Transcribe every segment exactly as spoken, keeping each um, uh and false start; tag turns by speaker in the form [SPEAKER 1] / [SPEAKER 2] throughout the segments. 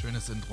[SPEAKER 1] Schönes Intro.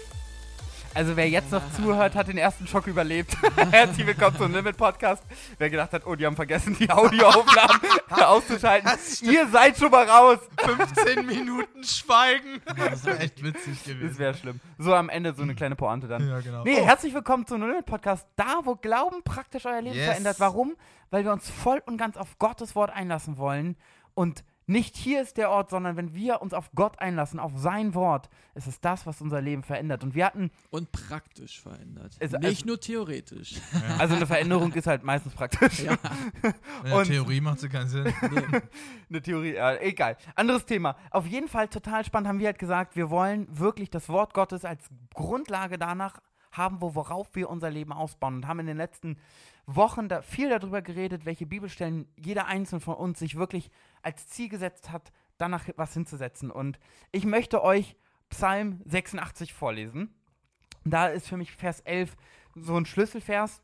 [SPEAKER 2] Also wer jetzt noch zuhört, hat den ersten Schock überlebt. Herzlich willkommen zum Limit Podcast. Wer gedacht hat, oh, die haben vergessen, die Audioaufnahmen auszuschalten. Ihr seid schon mal raus.
[SPEAKER 1] fünfzehn Minuten Schweigen. Das wäre echt witzig gewesen.
[SPEAKER 2] Das wäre schlimm. So am Ende so eine kleine Pointe dann.
[SPEAKER 1] Ja, genau.
[SPEAKER 2] Nee,
[SPEAKER 1] oh.
[SPEAKER 2] herzlich willkommen zum Limit Podcast. Da, wo Glauben praktisch euer Leben
[SPEAKER 1] Yes.
[SPEAKER 2] verändert. Warum? Weil wir uns voll und ganz auf Gottes Wort einlassen wollen. Und nicht hier ist der Ort, sondern wenn wir uns auf Gott einlassen, auf sein Wort, ist es das, was unser Leben verändert. Und wir hatten...
[SPEAKER 3] Und praktisch verändert.
[SPEAKER 2] Es-
[SPEAKER 3] Nicht
[SPEAKER 2] es-
[SPEAKER 3] nur theoretisch.
[SPEAKER 1] Ja.
[SPEAKER 2] Also eine Veränderung ist halt meistens praktisch.
[SPEAKER 3] Ja.
[SPEAKER 1] In der
[SPEAKER 2] und-
[SPEAKER 1] Theorie macht sie keinen Sinn.
[SPEAKER 3] Nee.
[SPEAKER 2] Eine Theorie, äh, egal. Anderes Thema. Auf jeden Fall total spannend haben wir halt gesagt, wir wollen wirklich das Wort Gottes als Grundlage danach haben, wo, worauf wir unser Leben ausbauen. Und haben in den letzten Wochen da viel darüber geredet, welche Bibelstellen jeder Einzelne von uns sich wirklich als Ziel gesetzt hat, danach was hinzusetzen. Und ich möchte euch Psalm sechsundachtzig vorlesen. Da ist für mich Vers elf so ein Schlüsselvers.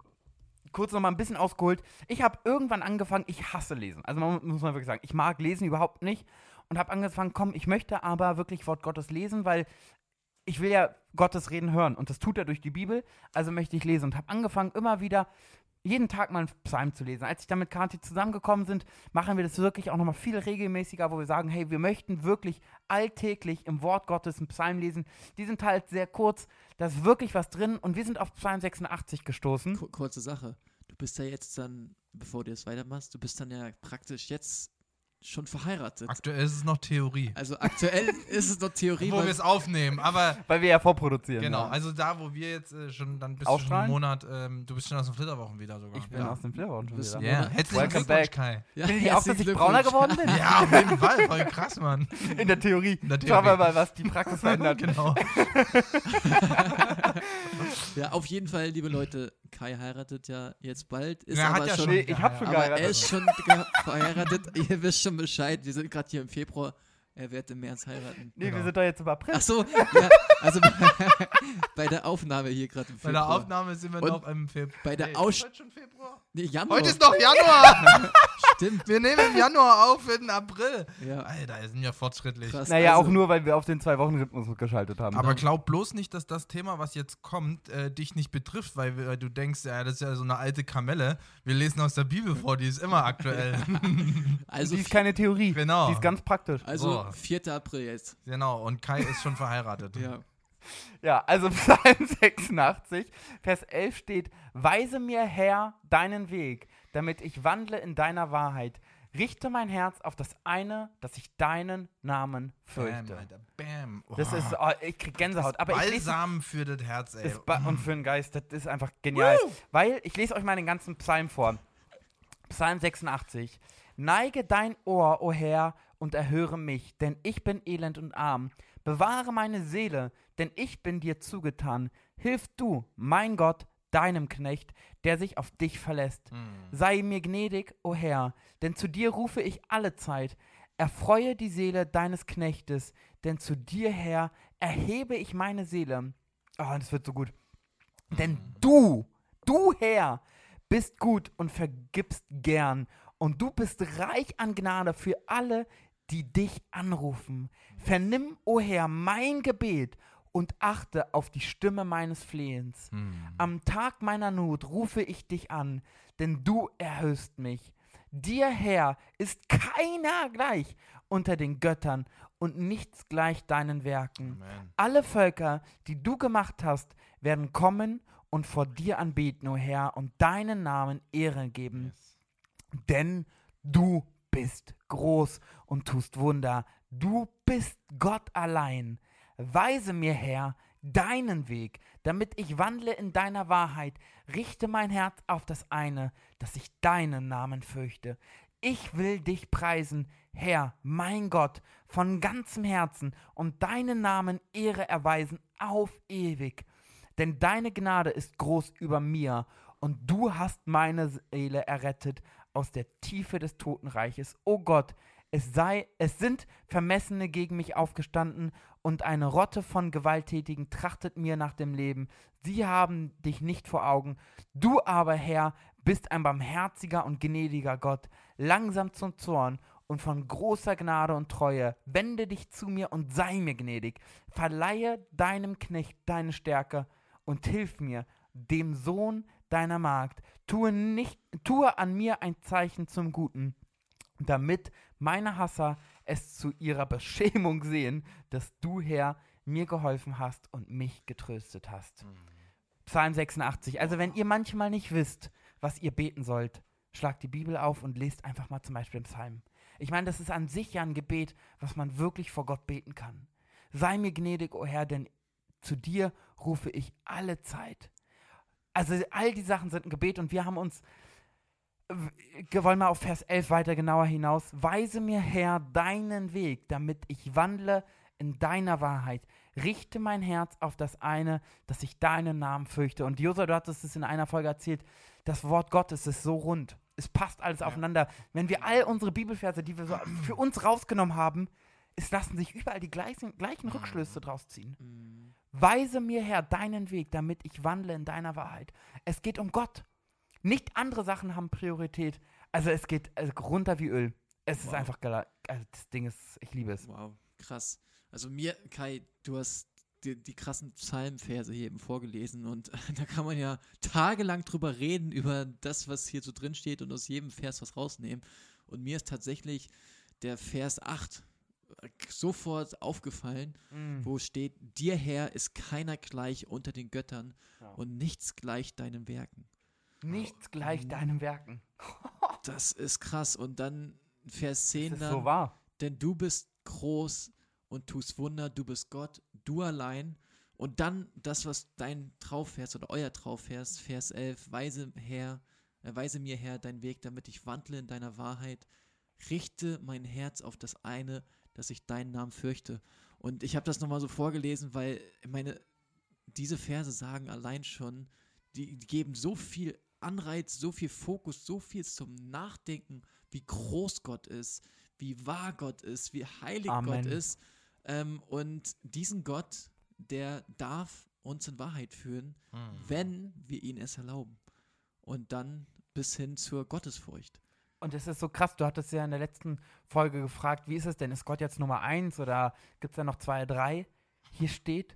[SPEAKER 2] Kurz noch mal ein bisschen ausgeholt. Ich habe irgendwann angefangen, ich hasse Lesen. Also man muss man wirklich sagen, ich mag Lesen überhaupt nicht. Und habe angefangen, komm, ich möchte aber wirklich Wort Gottes lesen, weil ich will ja Gottes Reden hören. Und das tut er durch die Bibel. Also möchte ich lesen. Und habe angefangen, immer wieder jeden Tag mal einen Psalm zu lesen. Als ich dann mit Kathi zusammengekommen sind, machen wir das wirklich auch nochmal viel regelmäßiger, wo wir sagen, hey, wir möchten wirklich alltäglich im Wort Gottes einen Psalm lesen. Die sind halt sehr kurz, da ist wirklich was drin und wir sind auf Psalm sechsundachtzig gestoßen.
[SPEAKER 3] Kur- Kurze Sache. Du bist ja jetzt dann, bevor du das weitermachst, du bist dann ja praktisch jetzt schon verheiratet.
[SPEAKER 1] Aktuell ist es noch Theorie.
[SPEAKER 3] Also aktuell ist es noch Theorie.
[SPEAKER 1] Wo wir
[SPEAKER 3] weil-
[SPEAKER 1] es aufnehmen, aber
[SPEAKER 2] Weil wir ja vorproduzieren.
[SPEAKER 1] genau,
[SPEAKER 2] Ja.
[SPEAKER 1] also da, wo wir jetzt äh, schon, dann bist du schon
[SPEAKER 2] Ausstrahlen?
[SPEAKER 1] einen Monat, ähm, du bist schon aus den Flitterwochen wieder sogar.
[SPEAKER 2] Ich bin
[SPEAKER 1] ja.
[SPEAKER 2] aus dem Flirrwochen schon
[SPEAKER 3] Bist
[SPEAKER 2] wieder.
[SPEAKER 3] du-
[SPEAKER 1] Ja,
[SPEAKER 3] Monat.
[SPEAKER 1] herzlichen
[SPEAKER 2] Welcome
[SPEAKER 1] Glückwunsch,
[SPEAKER 2] back.
[SPEAKER 1] Kai.
[SPEAKER 3] Ja,
[SPEAKER 2] Findet ihr auch, dass
[SPEAKER 3] herzlichen
[SPEAKER 2] ich brauner
[SPEAKER 3] Glückwunsch.
[SPEAKER 2] geworden bin?
[SPEAKER 1] Ja, auf jeden Fall, voll krass, Mann.
[SPEAKER 2] In der Theorie.
[SPEAKER 1] In der
[SPEAKER 2] Schauen wir
[SPEAKER 1] Theorie.
[SPEAKER 2] mal, was die Praxis verändert.
[SPEAKER 1] Genau.
[SPEAKER 3] Ja, auf jeden Fall, liebe Leute, Kai heiratet ja jetzt bald. Ist
[SPEAKER 1] Ja,
[SPEAKER 3] aber
[SPEAKER 1] hat ja
[SPEAKER 3] schon,
[SPEAKER 1] schon-
[SPEAKER 2] Nee, ich hab schon
[SPEAKER 3] aber
[SPEAKER 2] geheiratet.
[SPEAKER 3] er ist schon ge- verheiratet. Ihr wisst schon Bescheid. Wir sind gerade hier im Februar. Er wird im März heiraten.
[SPEAKER 2] Nee,
[SPEAKER 1] Genau.
[SPEAKER 2] wir sind doch jetzt im April.
[SPEAKER 3] Ach so, ja, also bei, bei der Aufnahme hier gerade im
[SPEAKER 1] Bei
[SPEAKER 3] Februar.
[SPEAKER 1] der Aufnahme sind wir
[SPEAKER 3] Und
[SPEAKER 1] noch im Februar.
[SPEAKER 3] bei der
[SPEAKER 1] Nee,
[SPEAKER 3] Aus-
[SPEAKER 1] ist heute schon Februar?
[SPEAKER 3] Nee, Januar.
[SPEAKER 1] Heute ist noch Januar!
[SPEAKER 3] Stimmt.
[SPEAKER 1] Wir nehmen im Januar auf für den April.
[SPEAKER 3] Ja,
[SPEAKER 1] Alter, wir sind ja fortschrittlich.
[SPEAKER 3] krass.
[SPEAKER 2] Naja,
[SPEAKER 3] also,
[SPEAKER 2] auch nur, weil wir auf den Zwei-Wochen-Rhythmus geschaltet haben.
[SPEAKER 1] Aber glaub bloß nicht, dass das Thema, was jetzt kommt, äh, dich nicht betrifft, weil wir, du denkst, ja, das ist ja so eine alte Kamelle. Wir lesen aus der Bibel vor, die ist immer aktuell.
[SPEAKER 3] Also,
[SPEAKER 2] die ist keine Theorie.
[SPEAKER 1] Genau.
[SPEAKER 2] Die ist ganz praktisch.
[SPEAKER 3] also
[SPEAKER 1] So.
[SPEAKER 3] vierter April jetzt.
[SPEAKER 1] Genau, und Kai ist schon verheiratet.
[SPEAKER 3] Ja.
[SPEAKER 2] Ja, also Psalm sechsundachtzig, Vers elf steht: Weise mir, Herr, deinen Weg, damit ich wandle in deiner Wahrheit. Richte mein Herz auf das eine, dass ich deinen Namen
[SPEAKER 1] Bam,
[SPEAKER 2] fürchte.
[SPEAKER 1] Alter, bam. Oh.
[SPEAKER 2] Das ist, oh, ich krieg Gänsehaut. Aber ich lese
[SPEAKER 1] Balsam für das Herz, ey.
[SPEAKER 2] ist ba- und für den Geist, das ist einfach genial. Weil, ich lese euch mal den ganzen Psalm vor. Psalm sechsundachtzig. Neige dein Ohr, o Herr, und erhöre mich, denn ich bin elend und arm. Bewahre meine Seele, denn ich bin dir zugetan. Hilf du, mein Gott, deinem Knecht, der sich auf dich verlässt.
[SPEAKER 1] Hm.
[SPEAKER 2] Sei mir gnädig, o Herr, denn zu dir rufe ich alle Zeit. Erfreue die Seele deines Knechtes, denn zu dir, Herr, erhebe ich meine Seele. Oh, das wird so gut. Denn du, du, Herr, bist gut und vergibst gern. Und du bist reich an Gnade für alle, die dich anrufen. Vernimm, o Herr, mein Gebet und achte auf die Stimme meines Flehens.
[SPEAKER 1] Hm.
[SPEAKER 2] Am Tag meiner Not rufe ich dich an, denn du erhöhst mich. Dir, Herr, ist keiner gleich unter den Göttern und nichts gleich deinen Werken.
[SPEAKER 1] Amen.
[SPEAKER 2] Alle Völker, die du gemacht hast, werden kommen und vor dir anbeten, o Herr, und deinen Namen Ehre geben.
[SPEAKER 1] Yes.
[SPEAKER 2] Denn du bist groß und tust Wunder. Du bist Gott allein. Weise mir, Herr, deinen Weg, damit ich wandle in deiner Wahrheit. Richte mein Herz auf das eine, dass ich deinen Namen fürchte. Ich will dich preisen, Herr, mein Gott, von ganzem Herzen und deinen Namen Ehre erweisen auf ewig. Denn deine Gnade ist groß über mir und du hast meine Seele errettet aus der Tiefe des Totenreiches. O Gott, es sei, es sind Vermessene gegen mich aufgestanden und eine Rotte von Gewalttätigen trachtet mir nach dem Leben. Sie haben dich nicht vor Augen. Du aber, Herr, bist ein barmherziger und gnädiger Gott, langsam zum Zorn und von großer Gnade und Treue. Wende dich zu mir und sei mir gnädig. Verleihe deinem Knecht deine Stärke und hilf mir, dem Sohn deiner Magd. Tue, nicht, tue an mir ein Zeichen zum Guten, damit meine Hasser es zu ihrer Beschämung sehen, dass du, Herr, mir geholfen hast und mich getröstet hast. Mhm. Psalm sechsundachtzig. Also wenn ihr manchmal nicht wisst, was ihr beten sollt, schlagt die Bibel auf und lest einfach mal zum Beispiel den Psalm. Ich meine, das ist an sich ja ein Gebet, was man wirklich vor Gott beten kann. Sei mir gnädig, o Herr, denn zu dir rufe ich alle Zeit. Also all die Sachen sind ein Gebet und wir haben uns, wir wollen mal auf Vers elf weiter genauer hinaus. Weise mir, Herr, deinen Weg, damit ich wandle in deiner Wahrheit. Richte mein Herz auf das eine, dass ich deinen Namen fürchte. Und Josua, du hattest es in einer Folge erzählt, das Wort Gottes ist so rund. Es passt alles ja. aufeinander. Wenn wir all unsere Bibelverse, die wir so für uns rausgenommen haben, es lassen sich überall die gleichen, gleichen Rückschlüsse draus ziehen. Mhm. Weise mir, Herr, deinen Weg, damit ich wandle in deiner Wahrheit. Es geht um Gott. Nicht andere Sachen haben Priorität. Also es geht also runter wie Öl. Es wow. ist einfach geil. Also das Ding ist, ich liebe es.
[SPEAKER 3] Wow, krass. Also mir, Kai, du hast die, die krassen Psalmverse hier eben vorgelesen und da kann man ja tagelang drüber reden, über das, was hier so drin steht und aus jedem Vers was rausnehmen. Und mir ist tatsächlich der Vers acht sofort aufgefallen, mm. wo steht, dir Herr ist keiner gleich unter den Göttern ja. und nichts gleich deinen Werken.
[SPEAKER 2] Nichts gleich oh. deinen Werken.
[SPEAKER 3] Das ist krass. Und dann Vers zehn
[SPEAKER 2] das ist
[SPEAKER 3] dann,
[SPEAKER 2] so wahr.
[SPEAKER 3] Denn du bist groß und tust Wunder, du bist Gott, du allein. Und dann das, was dein Trauvers oder euer Trauvers, Vers elf, weise, Herr, äh, weise mir, Herr, deinen Weg, damit ich wandle in deiner Wahrheit. Richte mein Herz auf das eine, dass ich deinen Namen fürchte. Und ich habe das nochmal so vorgelesen, weil meine, diese Verse sagen allein schon, die, die geben so viel Anreiz, so viel Fokus, so viel zum Nachdenken, wie groß Gott ist, wie wahr Gott ist, wie heilig
[SPEAKER 2] Amen.
[SPEAKER 3] Gott ist. Ähm, und diesen Gott, der darf uns in Wahrheit führen, hm. wenn wir ihn es erlauben. Und dann bis hin zur Gottesfurcht.
[SPEAKER 2] Und es ist so krass, du hattest ja in der letzten Folge gefragt, wie ist es denn? Ist Gott jetzt Nummer eins oder gibt es da noch zwei, drei? Hier steht,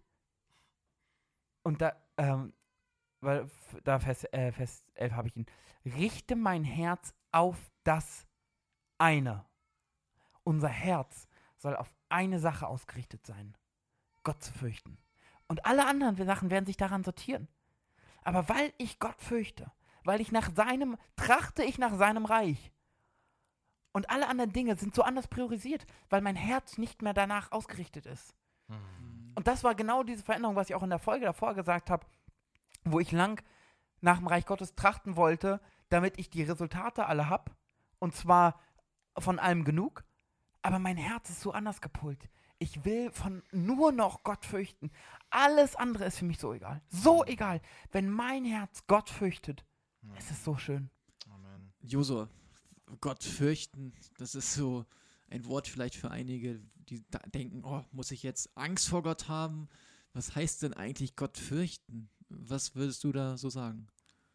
[SPEAKER 2] und da, ähm, weil da Vers, äh, Vers elf habe ich ihn, richte mein Herz auf das eine. Unser Herz soll auf eine Sache ausgerichtet sein, Gott zu fürchten. Und alle anderen Sachen werden sich daran sortieren. Aber weil ich Gott fürchte, weil ich nach seinem, trachte ich nach seinem Reich. Und alle anderen Dinge sind so anders priorisiert, weil mein Herz nicht mehr danach ausgerichtet ist. Mhm. Und das war genau diese Veränderung, was ich auch in der Folge davor gesagt habe, wo ich lang nach dem Reich Gottes trachten wollte, damit ich die Resultate alle habe. Und zwar von allem genug. Aber mein Herz ist so anders gepolt. Ich will von nur noch Gott fürchten. Alles andere ist für mich so egal. So egal. Wenn mein Herz Gott fürchtet, mhm. es ist so schön.
[SPEAKER 3] Amen. Josua, Gott fürchten, das ist so ein Wort vielleicht für einige, die da denken, oh, muss ich jetzt Angst vor Gott haben? Was heißt denn eigentlich Gott fürchten? Was würdest du da so sagen?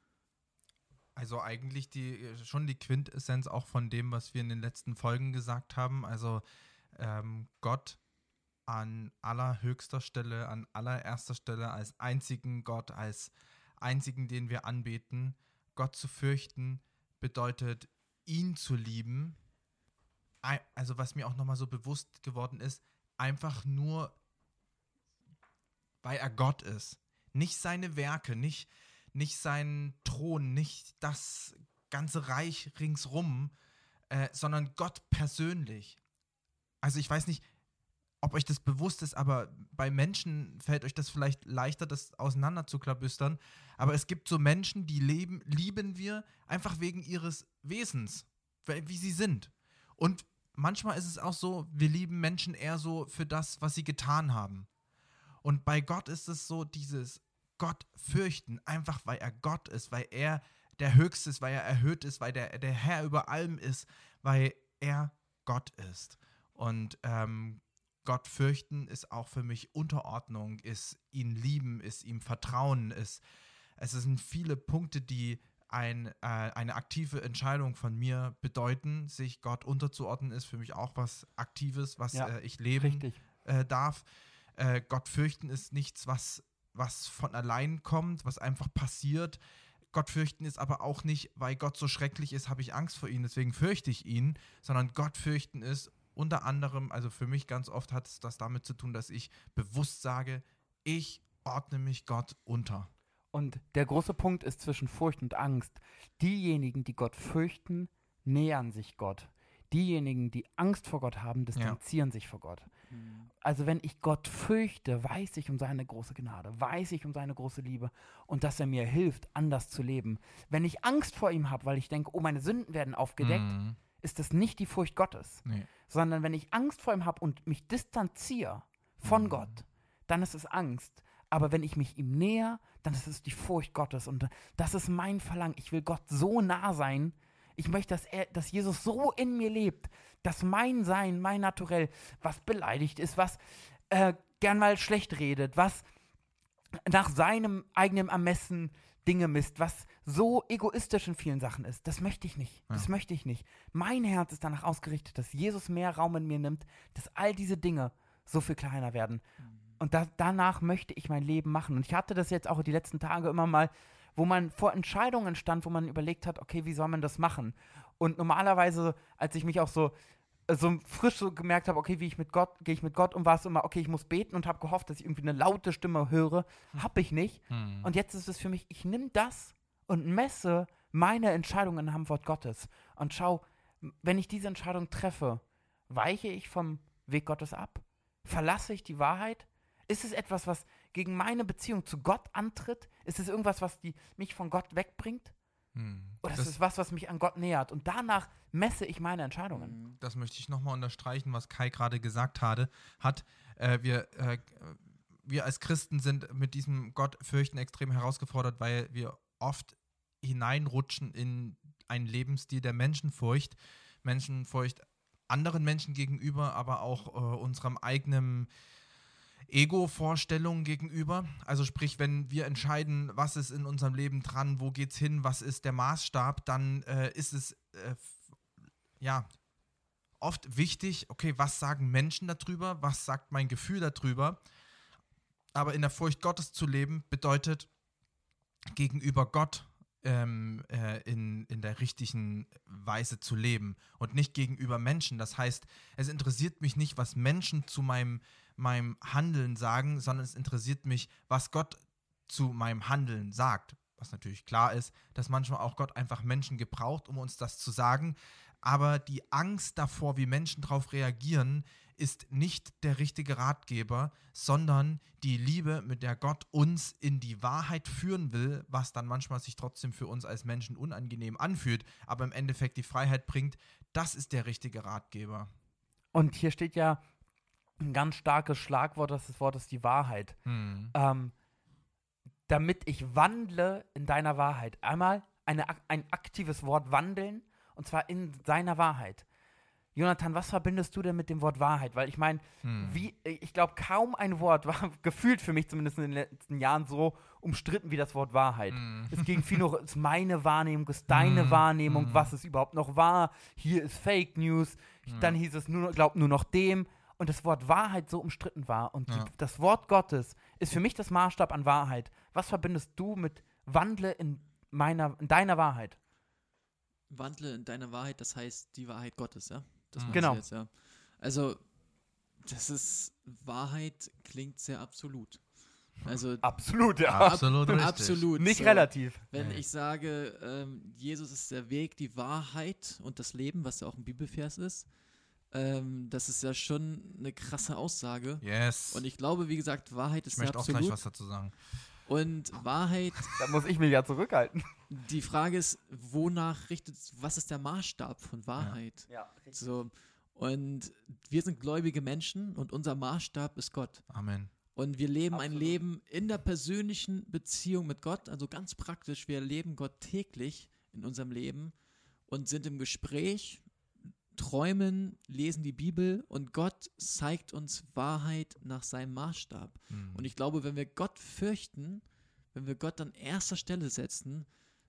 [SPEAKER 1] Also eigentlich die, schon die Quintessenz auch von dem, was wir in den letzten Folgen gesagt haben. Also ähm, Gott an allerhöchster Stelle, an allererster Stelle, als einzigen Gott, als einzigen, den wir anbeten. Gott zu fürchten bedeutet, ihn zu lieben. Also was mir auch nochmal so bewusst geworden ist, einfach nur, weil er Gott ist. Nicht seine Werke, nicht, nicht seinen Thron, nicht das ganze Reich ringsrum, äh, sondern Gott persönlich. Also ich weiß nicht, ob euch das bewusst ist, aber bei Menschen fällt euch das vielleicht leichter, das auseinanderzuklabüstern. Aber es gibt so Menschen, die leben, lieben wir einfach wegen ihres Wesens, wie sie sind. Und manchmal ist es auch so, wir lieben Menschen eher so für das, was sie getan haben. Und bei Gott ist es so dieses Gott fürchten, einfach weil er Gott ist, weil er der Höchste ist, weil er erhöht ist, weil der, der Herr über allem ist, weil er Gott ist. Und ähm, Gott fürchten ist auch für mich Unterordnung, ist ihn lieben, ist ihm vertrauen, ist, es sind viele Punkte, die ein, äh, eine aktive Entscheidung von mir bedeuten. Sich Gott unterzuordnen ist für mich auch was Aktives, was
[SPEAKER 2] Ja,
[SPEAKER 1] äh, ich leben
[SPEAKER 2] Richtig.
[SPEAKER 1] äh, darf. Äh, Gott fürchten ist nichts, was, was von allein kommt, was einfach passiert. Gott fürchten ist aber auch nicht, weil Gott so schrecklich ist, habe ich Angst vor ihm, deswegen fürchte ich ihn, sondern Gott fürchten ist unter anderem, also für mich ganz oft hat es das damit zu tun, dass ich bewusst sage, ich ordne mich Gott unter.
[SPEAKER 2] Und der große Punkt ist zwischen Furcht und Angst. Diejenigen, die Gott fürchten, nähern sich Gott. Diejenigen, die Angst vor Gott haben, distanzieren sich vor Gott.
[SPEAKER 3] Mhm.
[SPEAKER 2] Also wenn ich Gott fürchte, weiß ich um seine große Gnade, weiß ich um seine große Liebe und dass er mir hilft, anders zu leben. Wenn ich Angst vor ihm habe, weil ich denke, oh, meine Sünden werden aufgedeckt,
[SPEAKER 1] Mhm.
[SPEAKER 2] ist das nicht die Furcht Gottes.
[SPEAKER 1] Nee.
[SPEAKER 2] Sondern wenn ich Angst vor ihm habe und mich distanziere von
[SPEAKER 1] Mhm.
[SPEAKER 2] Gott, dann ist es Angst. Aber wenn ich mich ihm näher, dann ist es die Furcht Gottes. Und das ist mein Verlangen. Ich will Gott so nah sein. Ich möchte, dass, er, dass Jesus so in mir lebt, dass mein Sein, mein Naturell, was beleidigt ist, was äh, gern mal schlecht redet, was nach seinem eigenen Ermessen Dinge misst, was so egoistisch in vielen Sachen ist. Das möchte ich nicht. Das
[SPEAKER 1] Ja.
[SPEAKER 2] möchte ich nicht. Mein Herz ist danach ausgerichtet, dass Jesus mehr Raum in mir nimmt, dass all diese Dinge so viel kleiner werden. Und da, danach möchte ich mein Leben machen. Und ich hatte das jetzt auch die letzten Tage immer mal, wo man vor Entscheidungen stand, wo man überlegt hat, okay, wie soll man das machen? Und normalerweise, als ich mich auch so, äh, so frisch so gemerkt habe, okay, wie ich mit Gott, gehe ich mit Gott um, war es immer, okay, ich muss beten und habe gehofft, dass ich irgendwie eine laute Stimme höre. Habe ich nicht.
[SPEAKER 1] Mhm.
[SPEAKER 2] Und jetzt ist es für mich, ich nehme das und messe meine Entscheidungen am Wort Gottes. Und schau, wenn ich diese Entscheidung treffe, weiche ich vom Weg Gottes ab? Verlasse ich die Wahrheit? Ist es etwas, was gegen meine Beziehung zu Gott antritt? Ist es irgendwas, was die, mich von Gott wegbringt?
[SPEAKER 1] Mhm.
[SPEAKER 2] Oder ist
[SPEAKER 1] Das-
[SPEAKER 2] es was, was mich an Gott nähert? Und danach messe ich meine Entscheidungen.
[SPEAKER 3] Mhm.
[SPEAKER 1] Das möchte ich nochmal unterstreichen, was Kai gerade gesagt hatte, hat. Äh, wir, äh, wir als Christen sind mit diesem Gottfürchten extrem herausgefordert, weil wir oft hineinrutschen in einen Lebensstil der Menschenfurcht. Menschenfurcht anderen Menschen gegenüber, aber auch äh, unserem eigenen Ego-Vorstellungen gegenüber. Also sprich, wenn wir entscheiden, was ist in unserem Leben dran, wo geht's hin, was ist der Maßstab, dann äh, ist es äh, f- ja oft wichtig, okay, was sagen Menschen darüber, was sagt mein Gefühl darüber. Aber in der Furcht Gottes zu leben, bedeutet gegenüber Gott ähm, äh, in, in der richtigen Weise zu leben und nicht gegenüber Menschen. Das heißt, es interessiert mich nicht, was Menschen zu meinem, meinem Handeln sagen, sondern es interessiert mich, was Gott zu meinem Handeln sagt. Was natürlich klar ist, dass manchmal auch Gott einfach Menschen gebraucht, um uns das zu sagen. Aber die Angst davor, wie Menschen darauf reagieren, ist nicht der richtige Ratgeber, sondern die Liebe, mit der Gott uns in die Wahrheit führen will, was dann manchmal sich trotzdem für uns als Menschen unangenehm anfühlt, aber im Endeffekt die Freiheit bringt. Das ist der richtige Ratgeber.
[SPEAKER 2] Und hier steht ja ein ganz starkes Schlagwort, das Wort ist die Wahrheit.
[SPEAKER 1] Hm.
[SPEAKER 2] Ähm, damit ich wandle in deiner Wahrheit. Einmal eine, ak- ein aktives Wort wandeln, und zwar in seiner Wahrheit. Jonathan, was verbindest du denn mit dem Wort Wahrheit? Weil ich meine,
[SPEAKER 1] Hm.
[SPEAKER 2] wie, ich glaube, kaum ein Wort war gefühlt für mich zumindest in den letzten Jahren so umstritten wie das Wort Wahrheit.
[SPEAKER 1] Hm.
[SPEAKER 2] Es ging viel noch, ist meine Wahrnehmung, ist deine
[SPEAKER 1] Hm.
[SPEAKER 2] Wahrnehmung,
[SPEAKER 1] Hm.
[SPEAKER 2] was ist überhaupt noch wahr? Hier ist Fake News.
[SPEAKER 1] Ja.
[SPEAKER 2] Dann hieß es, nur, noch- glaub nur noch dem. Und das Wort Wahrheit so umstritten war. Und
[SPEAKER 1] Ja.
[SPEAKER 2] die, das Wort Gottes ist für mich das Maßstab an Wahrheit. Was verbindest du mit Wandle in, meiner, in deiner Wahrheit?
[SPEAKER 3] Wandle in deiner Wahrheit, das heißt die Wahrheit Gottes, ja? Das
[SPEAKER 1] Mhm.
[SPEAKER 3] meinst
[SPEAKER 2] Genau.
[SPEAKER 3] du jetzt, ja. Also, das ist, Wahrheit klingt sehr absolut. Also,
[SPEAKER 2] Absolut, ja.
[SPEAKER 1] Absolut richtig.
[SPEAKER 3] absolut.
[SPEAKER 2] Nicht
[SPEAKER 3] so.
[SPEAKER 2] relativ.
[SPEAKER 3] Wenn
[SPEAKER 1] Nee.
[SPEAKER 3] ich sage, ähm, Jesus ist der Weg, die Wahrheit und das Leben, was ja auch ein Bibelvers ist, ähm, das ist ja schon eine krasse Aussage.
[SPEAKER 1] Yes.
[SPEAKER 3] Und ich glaube, wie gesagt, Wahrheit ist
[SPEAKER 1] ich
[SPEAKER 3] sehr
[SPEAKER 1] möchte auch
[SPEAKER 3] absolut.
[SPEAKER 1] gleich was dazu sagen.
[SPEAKER 3] Und Wahrheit,
[SPEAKER 2] Da muss ich mich ja zurückhalten.
[SPEAKER 3] die Frage ist, wonach richtet, was ist der Maßstab von Wahrheit?
[SPEAKER 2] Ja,
[SPEAKER 3] So, und wir sind gläubige Menschen und unser Maßstab ist Gott.
[SPEAKER 1] Amen.
[SPEAKER 3] Und wir leben ein
[SPEAKER 2] Absolut.
[SPEAKER 3] Leben in der persönlichen Beziehung mit Gott, also ganz praktisch, wir erleben Gott täglich in unserem Leben und sind im Gespräch, träumen, lesen die Bibel und Gott zeigt uns Wahrheit nach seinem Maßstab.
[SPEAKER 1] Hm.
[SPEAKER 3] Und ich glaube, wenn wir Gott fürchten, wenn wir Gott an erster Stelle setzen,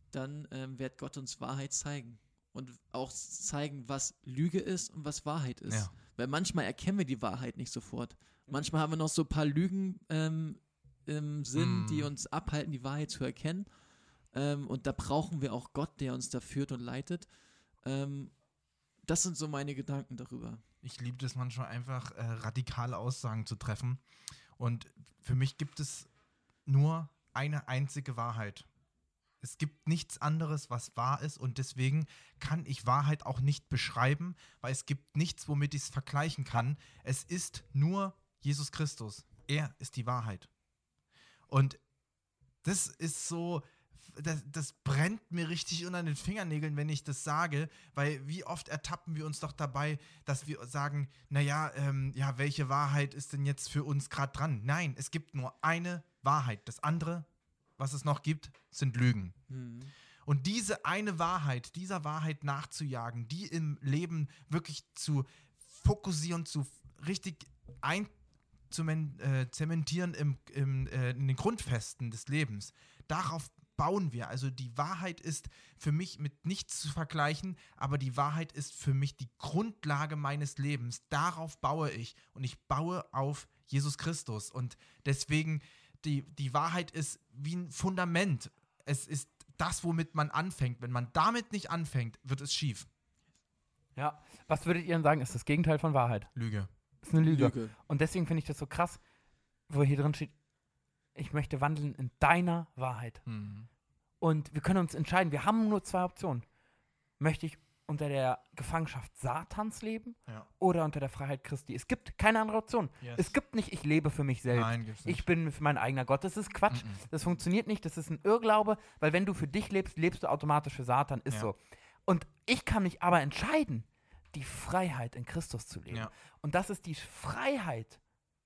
[SPEAKER 3] dann ähm, wird Gott uns Wahrheit zeigen. Und auch zeigen, was Lüge ist und was Wahrheit ist.
[SPEAKER 1] Ja.
[SPEAKER 3] Weil manchmal erkennen wir die Wahrheit nicht sofort. Manchmal haben wir noch so ein paar Lügen ähm, im Sinn,
[SPEAKER 1] Mm.
[SPEAKER 3] die uns abhalten, die Wahrheit zu erkennen. Ähm, und da brauchen wir auch Gott, der uns da führt und leitet. Ähm, das sind so meine Gedanken darüber.
[SPEAKER 1] Ich liebe das manchmal einfach, äh, radikale Aussagen zu treffen. Und für mich gibt es nur eine einzige Wahrheit. Es gibt nichts anderes, was wahr ist, und deswegen kann ich Wahrheit auch nicht beschreiben, weil es gibt nichts, womit ich es vergleichen kann. Es ist nur Jesus Christus. Er ist die Wahrheit. Und das ist so, das, das brennt mir richtig unter den Fingernägeln, wenn ich das sage, weil wie oft ertappen wir uns doch dabei, dass wir sagen, naja, ähm, ja, welche Wahrheit ist denn jetzt für uns gerade dran? Nein, es gibt nur eine Wahrheit. Das andere, was es noch gibt, sind Lügen.
[SPEAKER 3] Mhm.
[SPEAKER 1] Und diese eine Wahrheit, dieser Wahrheit nachzujagen, die im Leben wirklich zu fokussieren, zu richtig einzementieren im, im, äh, in den Grundfesten des Lebens, darauf bauen wir. Also die Wahrheit ist für mich mit nichts zu vergleichen, aber die Wahrheit ist für mich die Grundlage meines Lebens. Darauf baue ich, und ich baue auf Jesus Christus. Und deswegen, die, die Wahrheit ist wie ein Fundament. Es ist das, womit man anfängt. Wenn man damit nicht anfängt, wird es schief.
[SPEAKER 2] Ja. Was würdet ihr denn sagen, ist das Gegenteil von Wahrheit?
[SPEAKER 1] Lüge.
[SPEAKER 2] Ist eine Lüge.
[SPEAKER 3] Lüge.
[SPEAKER 2] Und deswegen finde ich das so krass, wo hier drin steht, ich möchte wandeln in deiner Wahrheit.
[SPEAKER 1] Mhm.
[SPEAKER 2] Und wir können uns entscheiden, wir haben nur zwei Optionen. Möchte ich unter der Gefangenschaft Satans leben
[SPEAKER 1] Ja.
[SPEAKER 2] oder unter der Freiheit Christi? Es gibt keine andere Option.
[SPEAKER 1] Yes.
[SPEAKER 2] Es gibt nicht, ich lebe für mich selbst.
[SPEAKER 1] Nein, gibt's nicht.
[SPEAKER 2] Ich bin für mein eigener Gott. Das ist Quatsch.
[SPEAKER 1] Mhm.
[SPEAKER 2] Das funktioniert nicht. Das ist ein Irrglaube, weil wenn du für dich lebst, lebst du automatisch für Satan. Ist
[SPEAKER 1] Ja.
[SPEAKER 2] so. Und ich kann mich aber entscheiden, die Freiheit in Christus zu leben.
[SPEAKER 1] Ja.
[SPEAKER 2] Und das ist die Freiheit,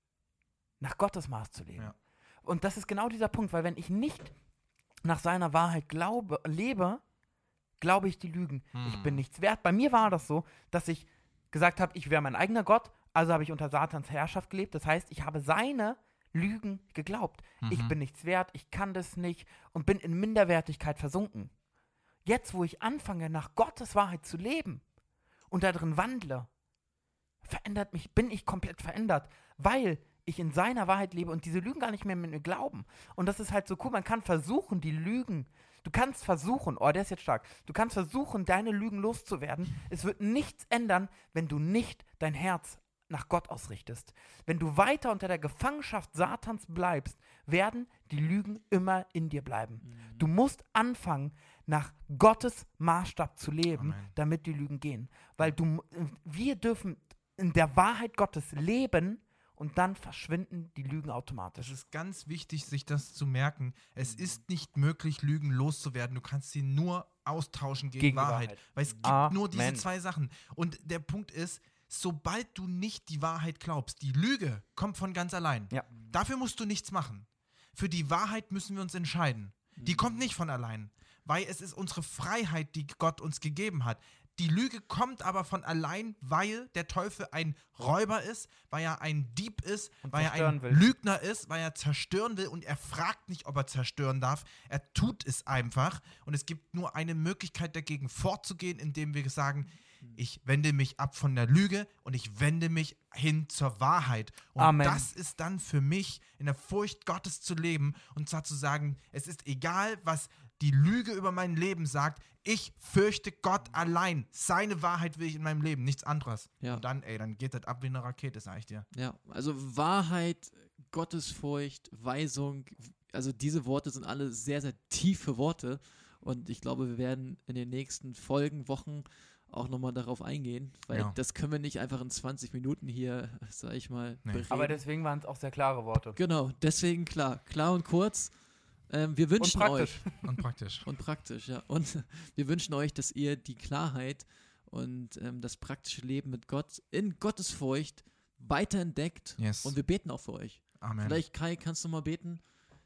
[SPEAKER 2] nach Gottes Maß zu leben.
[SPEAKER 1] Ja.
[SPEAKER 2] Und das ist genau dieser Punkt, weil wenn ich nicht nach seiner Wahrheit glaube, lebe, glaube ich die Lügen.
[SPEAKER 1] Hm.
[SPEAKER 2] Ich bin nichts wert. Bei mir war das so, dass ich gesagt habe, ich wäre mein eigener Gott, also habe ich unter Satans Herrschaft gelebt. Das heißt, ich habe seine Lügen geglaubt. Ich
[SPEAKER 1] Mhm.
[SPEAKER 2] bin nichts wert, ich kann das nicht und bin in Minderwertigkeit versunken. Jetzt, wo ich anfange, nach Gottes Wahrheit zu leben und darin wandle, verändert mich, bin ich komplett verändert, weil ich in seiner Wahrheit lebe und diese Lügen gar nicht mehr mit mir glauben. Und das ist halt so cool, man kann versuchen, die Lügen, du kannst versuchen, oh, der ist jetzt stark, du kannst versuchen, deine Lügen loszuwerden. Es wird nichts ändern, wenn du nicht dein Herz nach Gott ausrichtest. Wenn du weiter unter der Gefangenschaft Satans bleibst, werden die Lügen immer in dir bleiben.
[SPEAKER 3] Mhm.
[SPEAKER 2] Du musst anfangen, nach Gottes Maßstab zu leben,
[SPEAKER 1] Amen.
[SPEAKER 2] damit die Lügen gehen. Weil du, wir dürfen in der Wahrheit Gottes leben und dann verschwinden die Lügen automatisch.
[SPEAKER 1] Es ist ganz wichtig, sich das zu merken. Es ist nicht möglich, Lügen loszuwerden. Du kannst sie nur austauschen gegen,
[SPEAKER 2] Gegen
[SPEAKER 1] Wahrheit.
[SPEAKER 2] Wahrheit.
[SPEAKER 1] Weil es gibt
[SPEAKER 2] Amen.
[SPEAKER 1] nur diese zwei Sachen. Und der Punkt ist, sobald du nicht die Wahrheit glaubst, die Lüge kommt von ganz allein.
[SPEAKER 2] Ja.
[SPEAKER 1] Dafür musst du nichts machen. Für die Wahrheit müssen wir uns entscheiden. Die kommt nicht von allein. Weil es ist unsere Freiheit, die Gott uns gegeben hat. Die Lüge kommt aber von allein, weil der Teufel ein Räuber ist, weil er ein Dieb ist,
[SPEAKER 2] Und
[SPEAKER 1] weil er
[SPEAKER 2] zerstören
[SPEAKER 1] ein
[SPEAKER 2] will.
[SPEAKER 1] Lügner ist, weil er zerstören will, und er fragt nicht, ob er zerstören darf. Er tut es einfach, und es gibt nur eine Möglichkeit dagegen vorzugehen, indem wir sagen, ich wende mich ab von der Lüge und ich wende mich hin zur Wahrheit. Und
[SPEAKER 2] Amen.
[SPEAKER 1] das ist dann für mich, in der Furcht Gottes zu leben, und zwar zu sagen, es ist egal, was die Lüge über mein Leben sagt, ich fürchte Gott allein. Seine Wahrheit will ich in meinem Leben, nichts anderes.
[SPEAKER 3] Ja.
[SPEAKER 1] Und dann, ey, dann geht das ab wie eine Rakete, sag ich dir.
[SPEAKER 3] Ja, also Wahrheit, Gottesfurcht, Weisung, also diese Worte sind alle sehr, sehr tiefe Worte, und ich glaube, wir werden in den nächsten Folgen, Wochen auch nochmal darauf eingehen, weil
[SPEAKER 1] Ja.
[SPEAKER 3] das können wir nicht einfach in zwanzig Minuten hier, sag ich mal,
[SPEAKER 1] Nee.
[SPEAKER 3] bereden.
[SPEAKER 2] Aber deswegen waren es auch sehr klare Worte.
[SPEAKER 3] Genau, deswegen klar, klar und kurz. Ähm, wir wünschen
[SPEAKER 2] Und praktisch.
[SPEAKER 3] euch
[SPEAKER 1] Und praktisch.
[SPEAKER 3] und praktisch, ja. Und wir wünschen euch, dass ihr die Klarheit und ähm, das praktische Leben mit Gott in Gottesfurcht weiterentdeckt.
[SPEAKER 1] Yes.
[SPEAKER 3] Und wir beten auch für euch.
[SPEAKER 1] Amen.
[SPEAKER 3] Vielleicht, Kai, kannst du mal beten,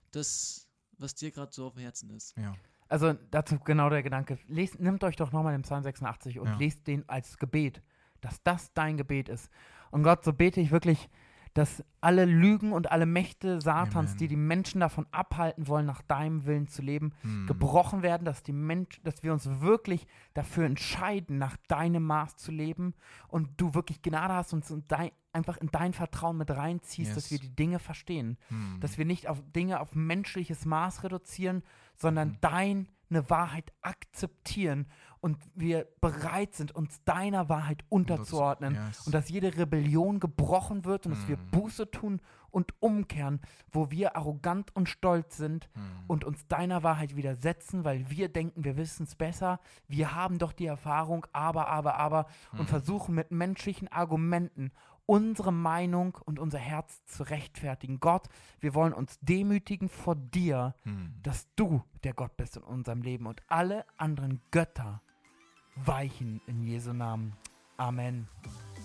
[SPEAKER 3] das, was dir gerade so auf dem Herzen ist.
[SPEAKER 1] Ja.
[SPEAKER 2] Also dazu genau der Gedanke. Lest, nimmt euch doch nochmal den Psalm sechsundachtzig und
[SPEAKER 1] Ja.
[SPEAKER 2] lest den als Gebet, dass das dein Gebet ist. Und Gott, so bete ich wirklich, dass alle Lügen und alle Mächte Satans,
[SPEAKER 1] Amen.
[SPEAKER 2] die die Menschen davon abhalten wollen, nach deinem Willen zu leben,
[SPEAKER 1] Hm.
[SPEAKER 2] gebrochen werden, dass die Mensch, dass wir uns wirklich dafür entscheiden, nach deinem Maß zu leben und du wirklich Gnade hast und uns in dein, einfach in dein Vertrauen mit reinziehst,
[SPEAKER 1] Yes.
[SPEAKER 2] dass wir die Dinge verstehen,
[SPEAKER 1] Hm.
[SPEAKER 2] dass wir nicht auf Dinge auf menschliches Maß reduzieren, sondern
[SPEAKER 1] Mhm.
[SPEAKER 2] deine Wahrheit akzeptieren und wir bereit sind, uns deiner Wahrheit unterzuordnen
[SPEAKER 1] Yes.
[SPEAKER 2] und dass jede Rebellion gebrochen wird und dass wir
[SPEAKER 1] Mhm.
[SPEAKER 2] Buße tun und umkehren, wo wir arrogant und stolz sind
[SPEAKER 1] Hm.
[SPEAKER 2] und uns deiner Wahrheit widersetzen, weil wir denken, wir wissen es besser, wir haben doch die Erfahrung, aber, aber, aber und
[SPEAKER 1] Hm.
[SPEAKER 2] versuchen mit menschlichen Argumenten unsere Meinung und unser Herz zu rechtfertigen. Gott, wir wollen uns demütigen vor dir,
[SPEAKER 1] Hm.
[SPEAKER 2] dass du der Gott bist in unserem Leben und alle anderen Götter weichen in Jesu Namen. Amen.